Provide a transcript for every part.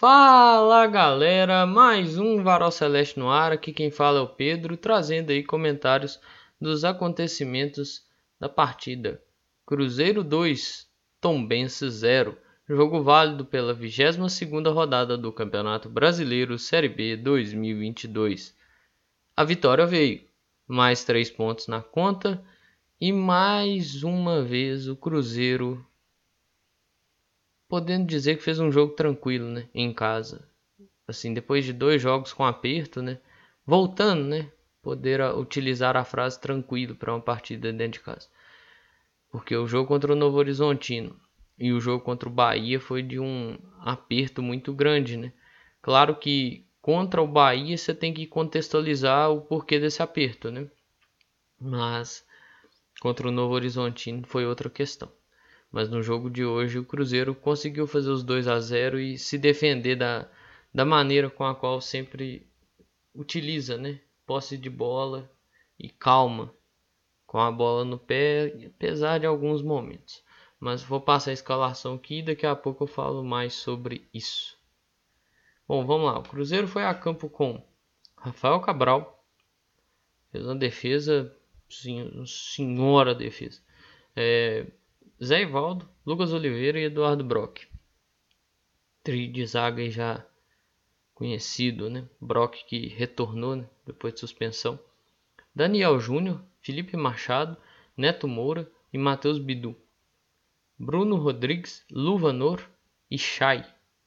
Fala galera, mais um Varal Celeste no ar, aqui quem fala é o Pedro, trazendo aí comentários dos acontecimentos da partida. Cruzeiro 2, Tombense 0, jogo válido pela 22ª rodada do Campeonato Brasileiro Série B 2022. A vitória veio, mais 3 pontos na conta e mais uma vez o Cruzeiro podendo dizer que fez um jogo tranquilo, né, em casa. Assim, depois de 2 jogos com aperto, né, voltando, né, poder utilizar a frase tranquilo para uma partida dentro de casa. Porque o jogo contra o Novo Horizontino e o jogo contra o Bahia foi de um aperto muito grande, né? Claro que contra o Bahia você tem que contextualizar o porquê desse aperto, né? Mas contra o Novo Horizontino foi outra questão. Mas no jogo de hoje o Cruzeiro conseguiu fazer os 2-0 e se defender da maneira com a qual sempre utiliza, né? Posse de bola e calma com a bola no pé, apesar de alguns momentos. Mas vou passar a escalação aqui e daqui a pouco eu falo mais sobre isso. Bom, vamos lá. O Cruzeiro foi a campo com Rafael Cabral, fez uma defesa, sim, senhora defesa. Zé Ivaldo, Lucas Oliveira e Eduardo Brock. Trio de zaga já conhecido, né? Brock que retornou, né, depois de suspensão. Daniel Júnior, Felipe Machado, Neto Moura e Matheus Bidu. Bruno Rodrigues, Luvanor e Chay.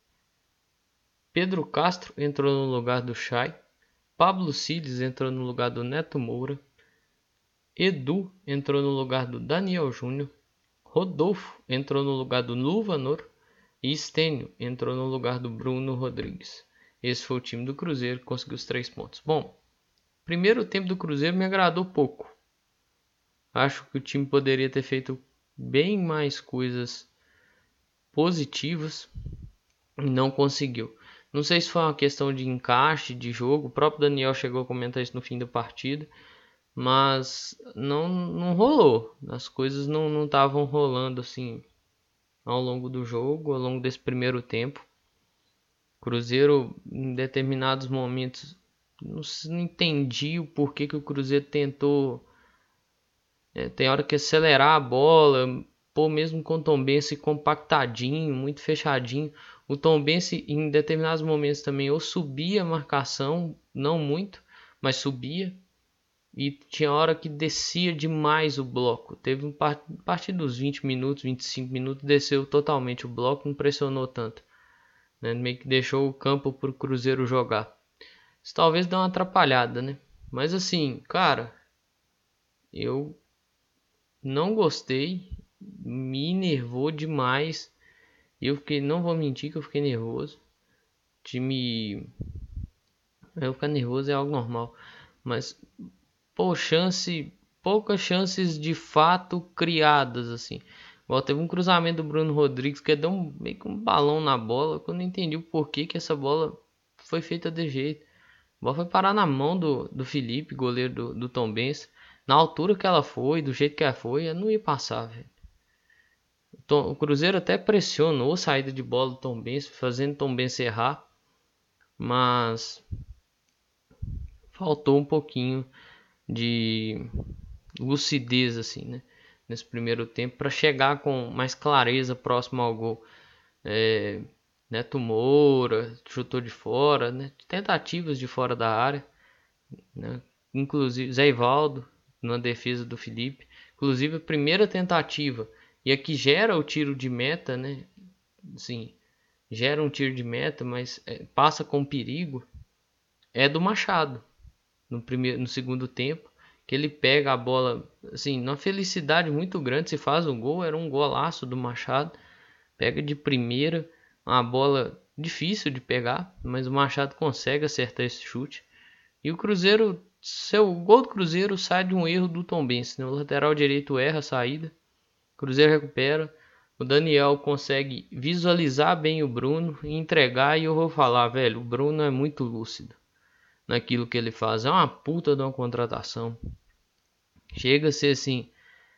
Pedro Castro entrou no lugar do Chay. Pablo Cides entrou no lugar do Neto Moura. Edu entrou no lugar do Daniel Júnior. Rodolfo entrou no lugar do Luvanor. E Stênio entrou no lugar do Bruno Rodrigues. Esse foi o time do Cruzeiro que conseguiu os 3 pontos. Bom, primeiro tempo do Cruzeiro me agradou pouco. Acho que o time poderia ter feito bem mais coisas positivas e não conseguiu. Não sei se foi uma questão de encaixe de jogo. O próprio Daniel chegou a comentar isso no fim da partida. Mas não rolou. As coisas não estavam rolando assim ao longo do jogo, ao longo desse primeiro tempo. Cruzeiro, em determinados momentos, não entendi o porquê que o Cruzeiro tentou. Tem hora que acelerar a bola, pô, mesmo com o Tombense compactadinho, muito fechadinho. O Tombense, em determinados momentos também, ou subia a marcação, não muito, mas subia. E tinha hora que descia demais o bloco. Teve a partir dos 20 minutos, 25 minutos, desceu totalmente o bloco, não pressionou tanto. Né? Meio que deixou o campo para o Cruzeiro jogar. Isso talvez dê uma atrapalhada, né? Mas assim, cara, eu não gostei, me enervou demais. Eu fiquei, não vou mentir que eu fiquei nervoso. Time, eu ficar nervoso é algo normal, mas pô, poucas chances de fato criadas assim. Igual teve um cruzamento do Bruno Rodrigues que deu meio que um balão na bola, que eu não entendi o porquê que essa bola foi feita de jeito. A bola foi parar na mão do Felipe, goleiro do Tombense. Na altura que ela foi, do jeito que ela foi, ela não ia passar, velho. O Cruzeiro até pressionou a saída de bola do Tombense, fazendo o Tombense errar. Mas faltou um pouquinho de lucidez assim, né? Nesse primeiro tempo, para chegar com mais clareza próximo ao gol. Neto Moura chutou de fora, né? Tentativas de fora da área, né? Inclusive Zé Ivaldo na defesa do Felipe, inclusive a primeira tentativa e a que gera o tiro de meta, né? Sim, gera um tiro de meta, mas passa com perigo, é do Machado no segundo tempo, que ele pega a bola assim, numa felicidade muito grande, se faz o gol, era um golaço do Machado, pega de primeira, uma bola difícil de pegar, mas o Machado consegue acertar esse chute. E o Cruzeiro, o gol do Cruzeiro sai de um erro do Tombense, né? O lateral direito erra a saída, o Cruzeiro recupera, o Daniel consegue visualizar bem o Bruno e entregar, e eu vou falar, velho, o Bruno é muito lúcido naquilo que ele faz, é uma puta de uma contratação. Chega a ser assim,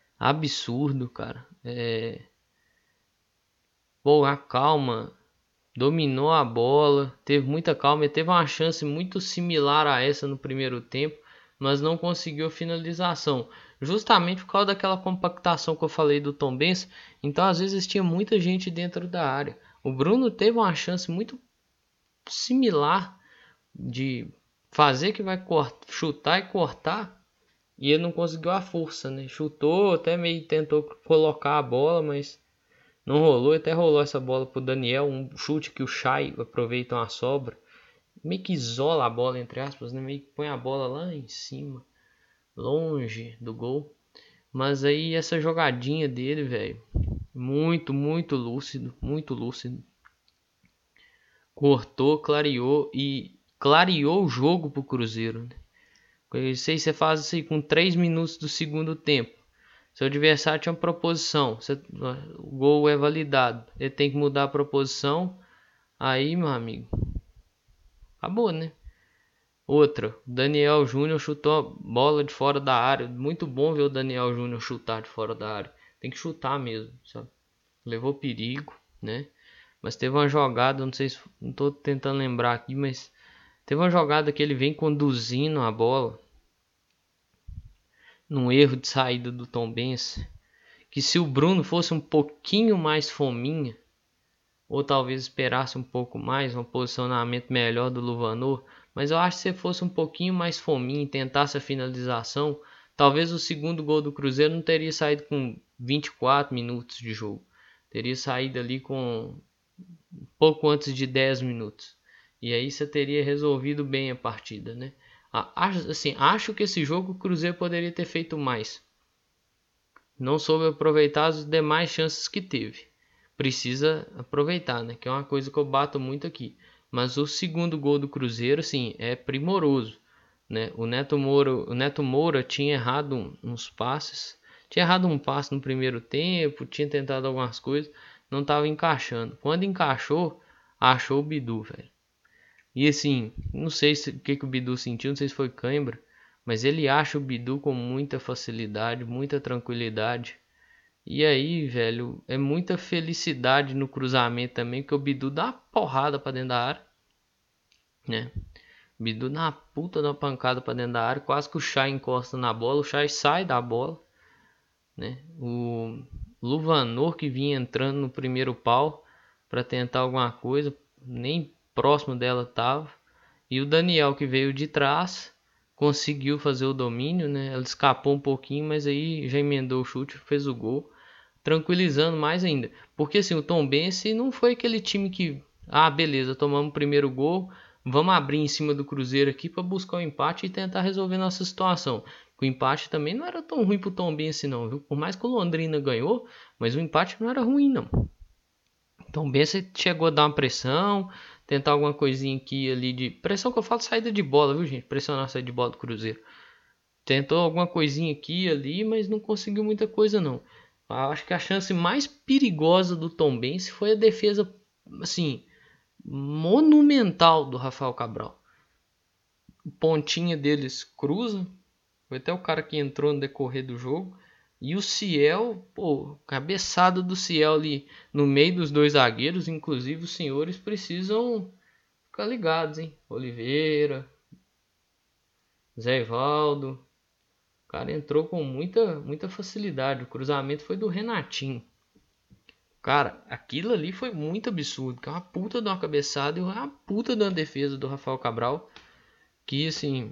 absurdo, cara. Pô, a calma dominou a bola, teve muita calma e teve uma chance muito similar a essa no primeiro tempo, mas não conseguiu finalização, justamente por causa daquela compactação que eu falei do Tombense. Então às vezes tinha muita gente dentro da área. O Bruno teve uma chance muito similar de fazer que vai chutar e cortar, e ele não conseguiu a força, né? Chutou, até meio tentou colocar a bola, mas não rolou. Até rolou essa bola pro Daniel, um chute que o Chay aproveita uma sobra, meio que isola a bola, entre aspas, né? Meio que põe a bola lá em cima, longe do gol. Mas aí essa jogadinha dele, velho, muito lúcido, muito lúcido. Cortou, clareou e clareou o jogo pro Cruzeiro, né? Eu sei, você faz isso aí com 3 minutos do segundo tempo. Seu adversário tinha uma proposição, o gol é validado, ele tem que mudar a proposição. Aí, meu amigo, acabou, né? Outra, o Daniel Júnior chutou a bola de fora da área. Muito bom ver o Daniel Júnior chutar de fora da área. Tem que chutar mesmo, sabe? Levou perigo, né? Mas teve uma jogada, não sei se, não tô tentando lembrar aqui, mas teve uma jogada que ele vem conduzindo a bola num erro de saída do Tombense, que se o Bruno fosse um pouquinho mais fominha, ou talvez esperasse um pouco mais, um posicionamento melhor do Luvanor, mas eu acho que se fosse um pouquinho mais fominha e tentasse a finalização, talvez o segundo gol do Cruzeiro não teria saído com 24 minutos de jogo, teria saído ali com pouco antes de 10 minutos, e aí você teria resolvido bem a partida, né? Acho que esse jogo o Cruzeiro poderia ter feito mais. Não soube aproveitar as demais chances que teve. Precisa aproveitar, né? Que é uma coisa que eu bato muito aqui. Mas o segundo gol do Cruzeiro, sim, é primoroso, né? O Neto Moura tinha errado uns passes. Tinha errado um passe no primeiro tempo, tinha tentado algumas coisas, não estava encaixando. Quando encaixou, achou o Bidu, velho. E assim, não sei o que o Bidu sentiu, não sei se foi cãibra, mas ele acha o Bidu com muita facilidade, muita tranquilidade. E aí, velho, é muita felicidade no cruzamento também, que o Bidu dá uma porrada pra dentro da área, né? O Bidu dá uma puta de uma pancada pra dentro da área, quase que o Chay encosta na bola, o Chay sai da bola, né? O Luvanor que vinha entrando no primeiro pau pra tentar alguma coisa, nem próximo dela tava. E o Daniel que veio de trás conseguiu fazer o domínio, né? Ela escapou um pouquinho, mas aí já emendou o chute, fez o gol, tranquilizando mais ainda. Porque assim, o Tombense não foi aquele time que, beleza, tomamos o primeiro gol, vamos abrir em cima do Cruzeiro aqui para buscar o empate e tentar resolver nossa situação. O empate também não era tão ruim pro Tombense não, viu? Por mais que o Londrina ganhou, mas o empate não era ruim não. O Tombense chegou a dar uma pressão, tentar alguma coisinha aqui ali de pressão, que eu falo saída de bola, viu, gente? Pressionar a saída de bola do Cruzeiro. Tentou alguma coisinha aqui ali, mas não conseguiu muita coisa não. Acho que a chance mais perigosa do Tombense foi a defesa, assim, monumental do Rafael Cabral. O pontinha deles cruza, foi até o cara que entrou no decorrer do jogo. E o Ciel, pô, cabeçada do Ciel ali no meio dos dois zagueiros. Inclusive os senhores precisam ficar ligados, hein? Oliveira, Zé Evaldo. O cara entrou com muita facilidade. O cruzamento foi do Renatinho. Cara, aquilo ali foi muito absurdo. Que é uma puta de uma cabeçada e uma puta de uma defesa do Rafael Cabral. Que, assim,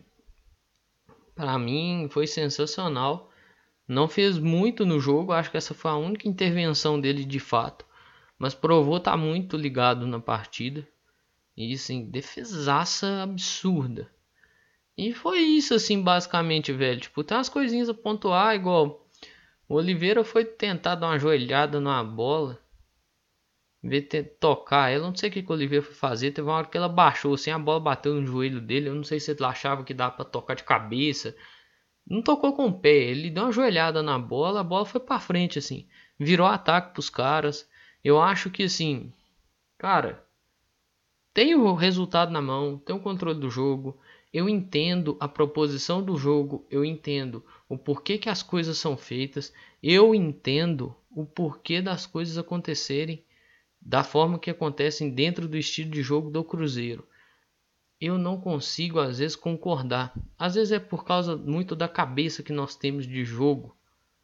pra mim foi sensacional. Não fez muito no jogo. Acho que essa foi a única intervenção dele de fato. Mas provou estar muito ligado na partida. E, assim, defesaça absurda. E foi isso, assim, basicamente, velho. Tipo, tem umas coisinhas a pontuar, igual o Oliveira foi tentar dar uma joelhada numa bola, em vez de tocar ela. Não sei o que o Oliveira foi fazer. Teve uma hora que ela baixou, assim, a bola bateu no joelho dele. Eu não sei se ele achava que dava pra tocar de cabeça. Não tocou com o pé, ele deu uma joelhada na bola, a bola foi pra frente, assim. Virou ataque pros caras. Eu acho que, assim, cara, tem o resultado na mão, tem o controle do jogo. Eu entendo a proposição do jogo, eu entendo o porquê que as coisas são feitas, eu entendo o porquê das coisas acontecerem da forma que acontecem dentro do estilo de jogo do Cruzeiro. Eu não consigo às vezes concordar. Às vezes é por causa muito da cabeça que nós temos de jogo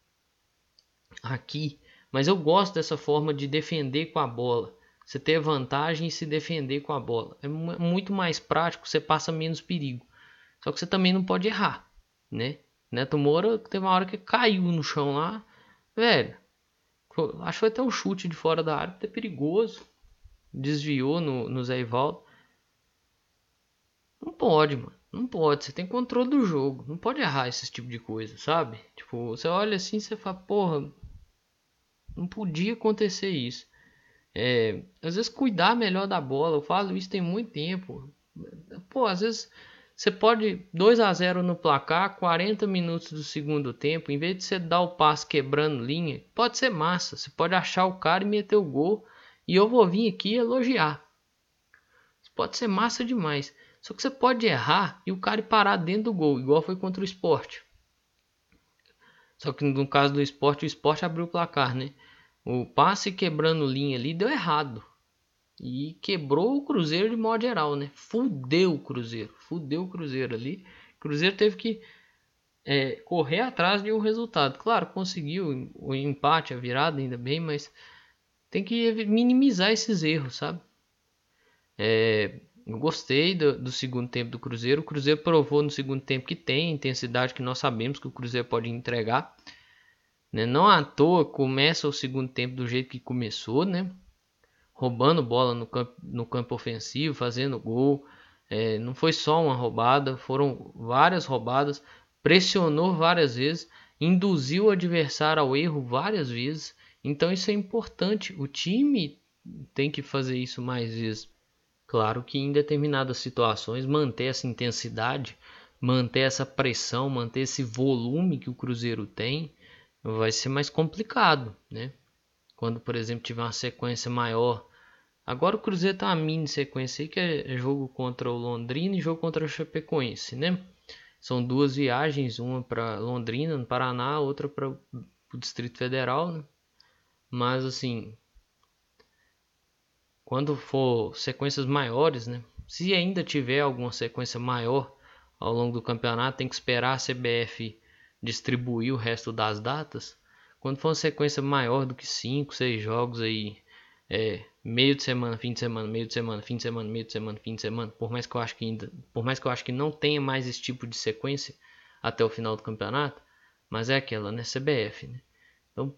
aqui, mas eu gosto dessa forma de defender com a bola. Você ter vantagem e se defender com a bola. É muito mais prático, você passa menos perigo. Só que você também não pode errar, né? Neto Moura teve uma hora que caiu no chão lá, velho. Acho que foi até um chute de fora da área, até perigoso. Desviou no Zé Ivaldo. Não pode, mano. Não pode. Você tem controle do jogo. Não pode errar esse tipo de coisa, sabe? Tipo, você olha assim e você fala, porra, não podia acontecer isso. Às vezes cuidar melhor da bola. Eu falo isso tem muito tempo. Pô, às vezes você pode 2-0 no placar, 40 minutos do segundo tempo, em vez de você dar o passe quebrando linha, pode ser massa. Você pode achar o cara e meter o gol. E eu vou vir aqui elogiar. Pode ser massa demais. Só que você pode errar e o cara parar dentro do gol, igual foi contra o Sport. Só que no caso do Sport, o Sport abriu o placar, né? O passe quebrando linha ali deu errado. E quebrou o Cruzeiro de modo geral, né? Fudeu o Cruzeiro ali. O Cruzeiro teve que correr atrás de um resultado. Claro, conseguiu o empate, a virada, ainda bem, mas tem que minimizar esses erros, sabe? Eu gostei do segundo tempo do Cruzeiro. O Cruzeiro provou no segundo tempo que tem a intensidade que nós sabemos que o Cruzeiro pode entregar, né? Não à toa começa o segundo tempo do jeito que começou, né? Roubando bola no campo ofensivo, fazendo gol. Não foi só uma roubada, foram várias roubadas. Pressionou várias vezes, induziu o adversário ao erro várias vezes. Então isso é importante. O time tem que fazer isso mais vezes. Claro que em determinadas situações manter essa intensidade, manter essa pressão, manter esse volume que o Cruzeiro tem, vai ser mais complicado, né? Quando, por exemplo, tiver uma sequência maior. Agora o Cruzeiro tá uma mini sequência aí que é jogo contra o Londrina e jogo contra o Chapecoense, né? São duas viagens, uma para Londrina, no Paraná, outra para o Distrito Federal, né? Mas assim, quando for sequências maiores, né? Se ainda tiver alguma sequência maior ao longo do campeonato, tem que esperar a CBF distribuir o resto das datas. Quando for uma sequência maior do que 5, 6 jogos aí, meio de semana, fim de semana, meio de semana, fim de semana, meio de semana, fim de semana, por mais que eu acho que não tenha mais esse tipo de sequência até o final do campeonato, mas é aquela, né, CBF, né? Então,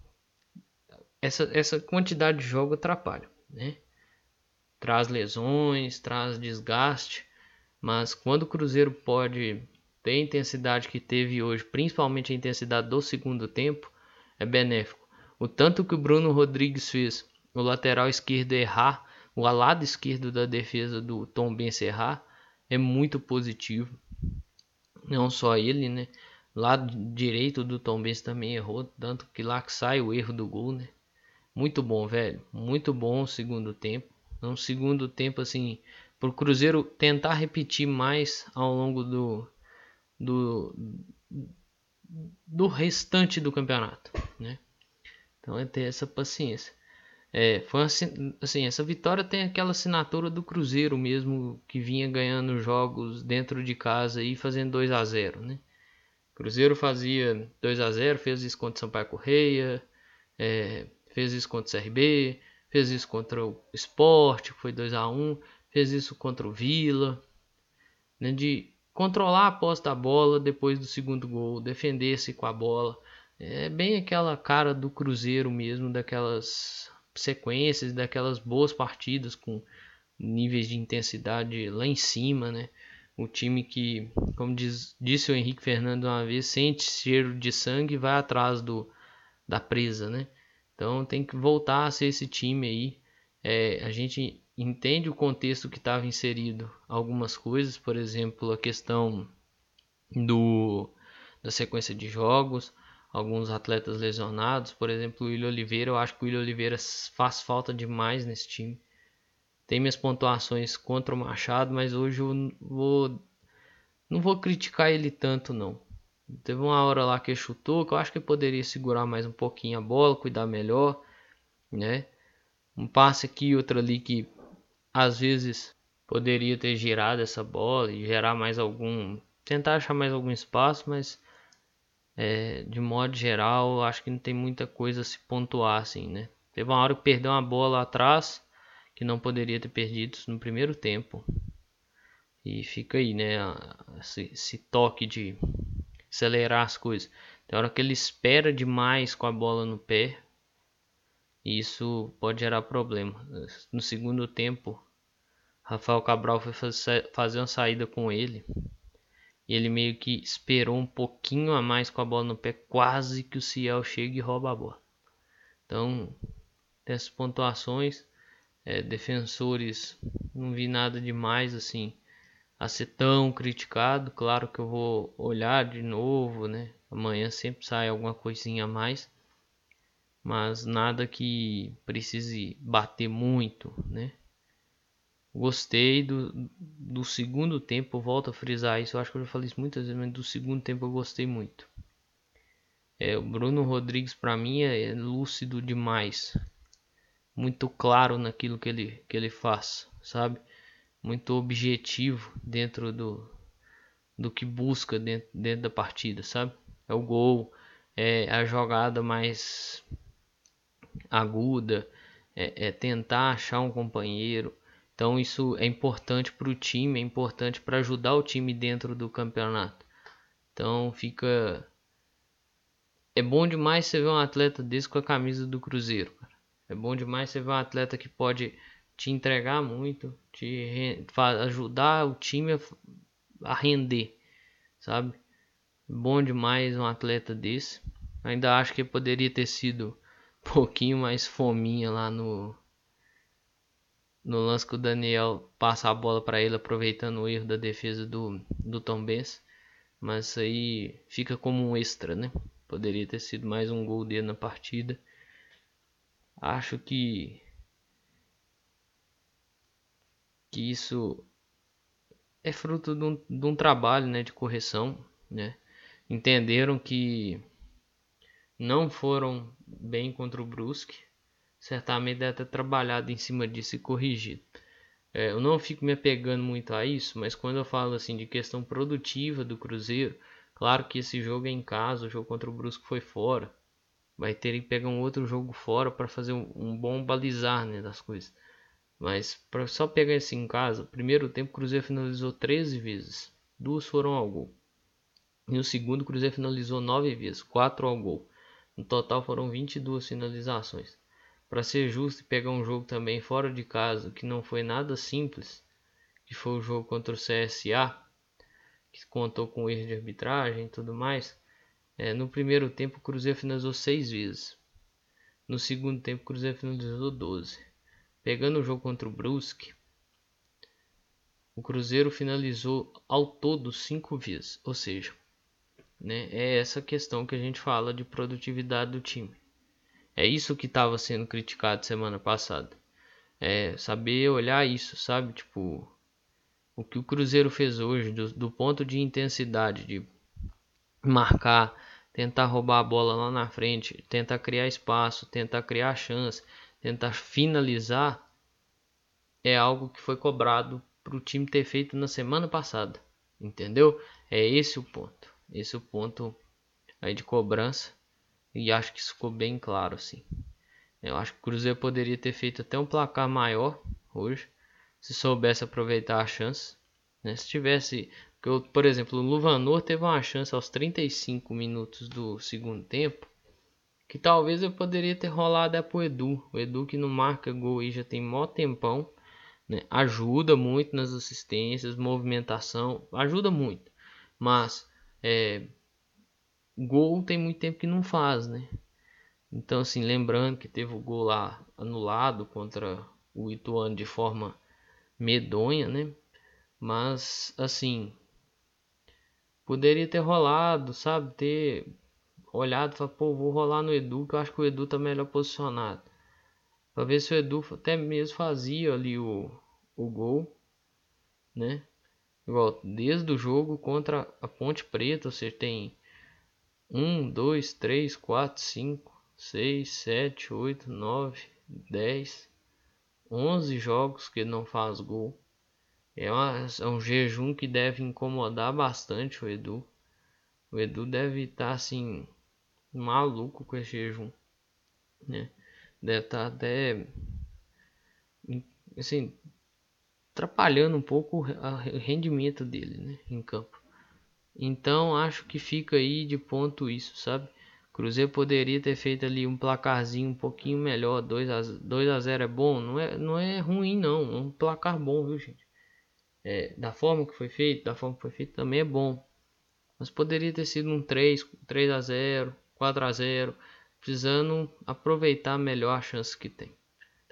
essa quantidade de jogo atrapalha, né? Traz lesões, traz desgaste, mas quando o Cruzeiro pode ter a intensidade que teve hoje, principalmente a intensidade do segundo tempo, é benéfico. O tanto que o Bruno Rodrigues fez, o lateral esquerdo errar, o lado esquerdo da defesa do Tombense errar, é muito positivo. Não só ele, né? Lado direito do Tombense também errou, tanto que lá que sai o erro do gol, né? Muito bom, velho. Muito bom o segundo tempo. Um segundo tempo, assim, pro Cruzeiro tentar repetir mais ao longo do, do restante do campeonato, né? Então é ter essa paciência. Foi assim, essa vitória tem aquela assinatura do Cruzeiro mesmo, que vinha ganhando jogos dentro de casa e fazendo 2-0, né? Cruzeiro fazia 2-0, fez isso contra o Sampaio Correia, fez isso contra o CRB, fez isso contra o Sport, que foi 2-1, fez isso contra o Vila, né, de controlar a posse da bola depois do segundo gol, defender-se com a bola. É bem aquela cara do Cruzeiro mesmo, daquelas sequências, daquelas boas partidas com níveis de intensidade lá em cima, né? O time que, como disse o Henrique Fernando uma vez, sente cheiro de sangue e vai atrás da presa, né? Então tem que voltar a ser esse time aí. A gente entende o contexto que estava inserido algumas coisas, por exemplo, a questão da sequência de jogos, alguns atletas lesionados, por exemplo, o Willian Oliveira. Eu acho que o Willian Oliveira faz falta demais nesse time. Tem minhas pontuações contra o Machado, mas hoje eu não vou criticar ele tanto, não. Teve uma hora lá que ele chutou, que eu acho que ele poderia segurar mais um pouquinho a bola, cuidar melhor, né? um passe aqui, outro ali que às vezes poderia ter girado essa bola e gerar mais algum, tentar achar mais algum espaço, mas de modo geral acho que não tem muita coisa a se pontuar assim, né? Teve uma hora que perdeu uma bola atrás que não poderia ter perdido no primeiro tempo. E fica aí, né? Esse toque de acelerar as coisas. Tem hora que ele espera demais com a bola no pé. E isso pode gerar problema. No segundo tempo, Rafael Cabral foi fazer uma saída com ele. E ele meio que esperou um pouquinho a mais com a bola no pé. Quase que o Ciel chega e rouba a bola. Então, dessas pontuações, defensores, não vi nada demais assim a ser tão criticado. Claro que eu vou olhar de novo, né? Amanhã sempre sai alguma coisinha a mais, mas nada que precise bater muito, né? Gostei do segundo tempo, volto a frisar isso, eu acho que eu já falei isso muitas vezes, mas do segundo tempo eu gostei muito. O Bruno Rodrigues para mim é lúcido demais, muito claro naquilo que ele faz, sabe? Muito objetivo dentro do que busca dentro da partida, sabe? É o gol, é a jogada mais aguda, é tentar achar um companheiro. Então isso é importante para o time, é importante para ajudar o time dentro do campeonato. Então é bom demais você ver um atleta desse com a camisa do Cruzeiro, cara. É bom demais você ver um atleta que pode te entregar muito, ajudar o time a render, sabe? Bom demais um atleta desse. Ainda acho que poderia ter sido um pouquinho mais fominha lá no lance que o Daniel passa a bola para ele, aproveitando o erro da defesa do Tombense. Mas isso aí fica como um extra, né? Poderia ter sido mais um gol dele na partida. Acho que isso é fruto de um trabalho, né, de correção, né? Entenderam que não foram bem contra o Brusque. Certamente deve ter trabalhado em cima disso e corrigido. Eu não fico me apegando muito a isso, mas quando eu falo assim de questão produtiva do Cruzeiro, claro que esse jogo é em casa, o jogo contra o Brusque foi fora. Vai ter que pegar um outro jogo fora para fazer um bom balizar, né, das coisas. Mas para só pegar esse em casa, primeiro tempo o Cruzeiro finalizou 13 vezes, 2 foram ao gol. E no segundo o Cruzeiro finalizou 9 vezes, 4 ao gol. No total foram 22 finalizações. Para ser justo e pegar um jogo também fora de casa, que não foi nada simples, que foi o jogo contra o CSA, que contou com erro de arbitragem e tudo mais. No primeiro tempo o Cruzeiro finalizou 6 vezes. No segundo tempo o Cruzeiro finalizou 12. Pegando o jogo contra o Brusque, o Cruzeiro finalizou ao todo 5 vezes. Ou seja, né, é essa questão que a gente fala de produtividade do time. É isso que estava sendo criticado semana passada. Saber olhar isso, sabe? Tipo, o que o Cruzeiro fez hoje, do ponto de intensidade, de marcar, tentar roubar a bola lá na frente, tentar criar espaço, tentar criar chance, tentar finalizar, é algo que foi cobrado para o time ter feito na semana passada, entendeu? É esse o ponto, esse é o ponto aí de cobrança, e acho que isso ficou bem claro assim. Eu acho que o Cruzeiro poderia ter feito até um placar maior hoje, se soubesse aproveitar a chance, né? Se tivesse, por exemplo, o Luvanor teve uma chance aos 35 minutos do segundo tempo, que talvez eu poderia ter rolado pro Edu. O Edu que não marca gol aí já tem mó tempão, né? Ajuda muito nas assistências, movimentação, ajuda muito. Mas gol tem muito tempo que não faz, né? Então, assim, lembrando que teve o gol lá anulado contra o Ituano de forma medonha, né? Mas, assim, poderia ter rolado, sabe? Ter olhado e falar, pô, vou rolar no Edu, que eu acho que o Edu tá melhor posicionado. Pra ver se o Edu até mesmo fazia ali o gol, né? Igual, desde o jogo contra a Ponte Preta, você tem 1, 2, 3, 4, 5, 6, 7, 8, 9, 10. 11 jogos que ele não faz gol. É um jejum que deve incomodar bastante o Edu. O Edu deve estar assim, maluco com esse jejum, né? Deve estar até assim, atrapalhando um pouco o rendimento dele, né, em campo. Então acho que fica aí de ponto isso, sabe? Cruzeiro poderia ter feito ali um placarzinho um pouquinho melhor. 2-0 é bom, não é ruim não, é um placar bom, viu, gente? Da forma que foi feito, também é bom. Mas poderia ter sido um 3-0, 4-0, precisando aproveitar melhor a chance que tem. Tá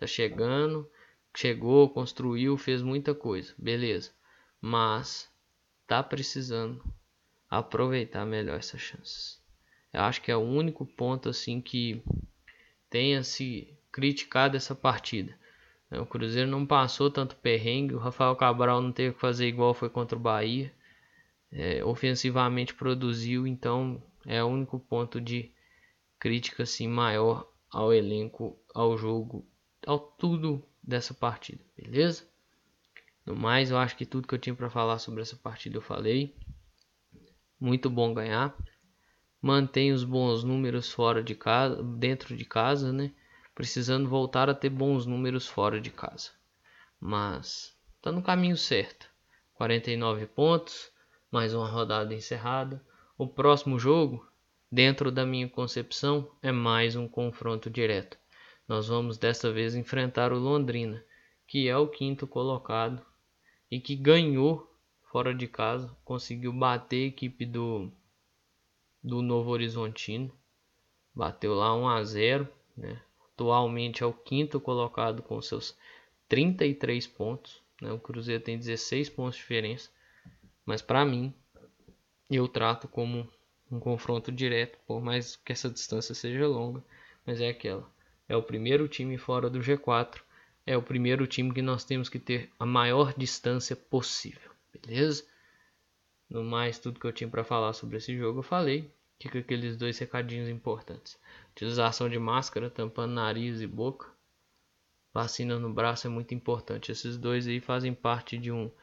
chegou, construiu, fez muita coisa, beleza. Mas tá precisando aproveitar melhor essas chances. Eu acho que é o único ponto assim que tenha se criticado essa partida. O Cruzeiro não passou tanto perrengue, o Rafael Cabral não teve que fazer igual foi contra o Bahia. Ofensivamente produziu, então é o único ponto de crítica assim maior ao elenco, ao jogo, ao tudo dessa partida, beleza? No mais, eu acho que tudo que eu tinha para falar sobre essa partida eu falei. Muito bom ganhar. Mantém os bons números fora de casa, dentro de casa, né? Precisando voltar a ter bons números fora de casa. Mas tá no caminho certo. 49 pontos, mais uma rodada encerrada. O próximo jogo, dentro da minha concepção, é mais um confronto direto. Nós vamos desta vez enfrentar o Londrina, que é o quinto colocado e que ganhou fora de casa, conseguiu bater a equipe do Novo Horizontino, bateu lá 1-0, né? Atualmente é o quinto colocado com seus 33 pontos, né? O Cruzeiro tem 16 pontos de diferença, mas para mim eu trato como um confronto direto, por mais que essa distância seja longa, mas é aquela. É o primeiro time fora do G4, é o primeiro time que nós temos que ter a maior distância possível, beleza? No mais, tudo que eu tinha para falar sobre esse jogo eu falei. Fica aqueles dois recadinhos importantes. Utilização de máscara, tampando nariz e boca. Vacina no braço é muito importante. Esses dois aí fazem parte de um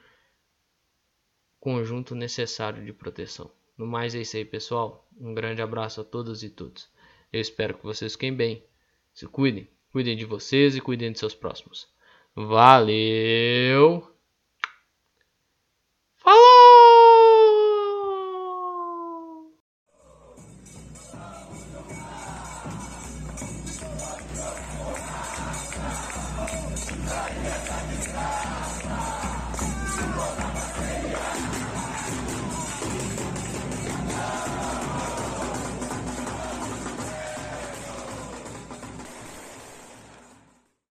conjunto necessário de proteção. No mais é isso aí, pessoal. Um grande abraço a todas e todos. Eu espero que vocês fiquem bem. Se cuidem. Cuidem de vocês e cuidem de seus próximos. Valeu!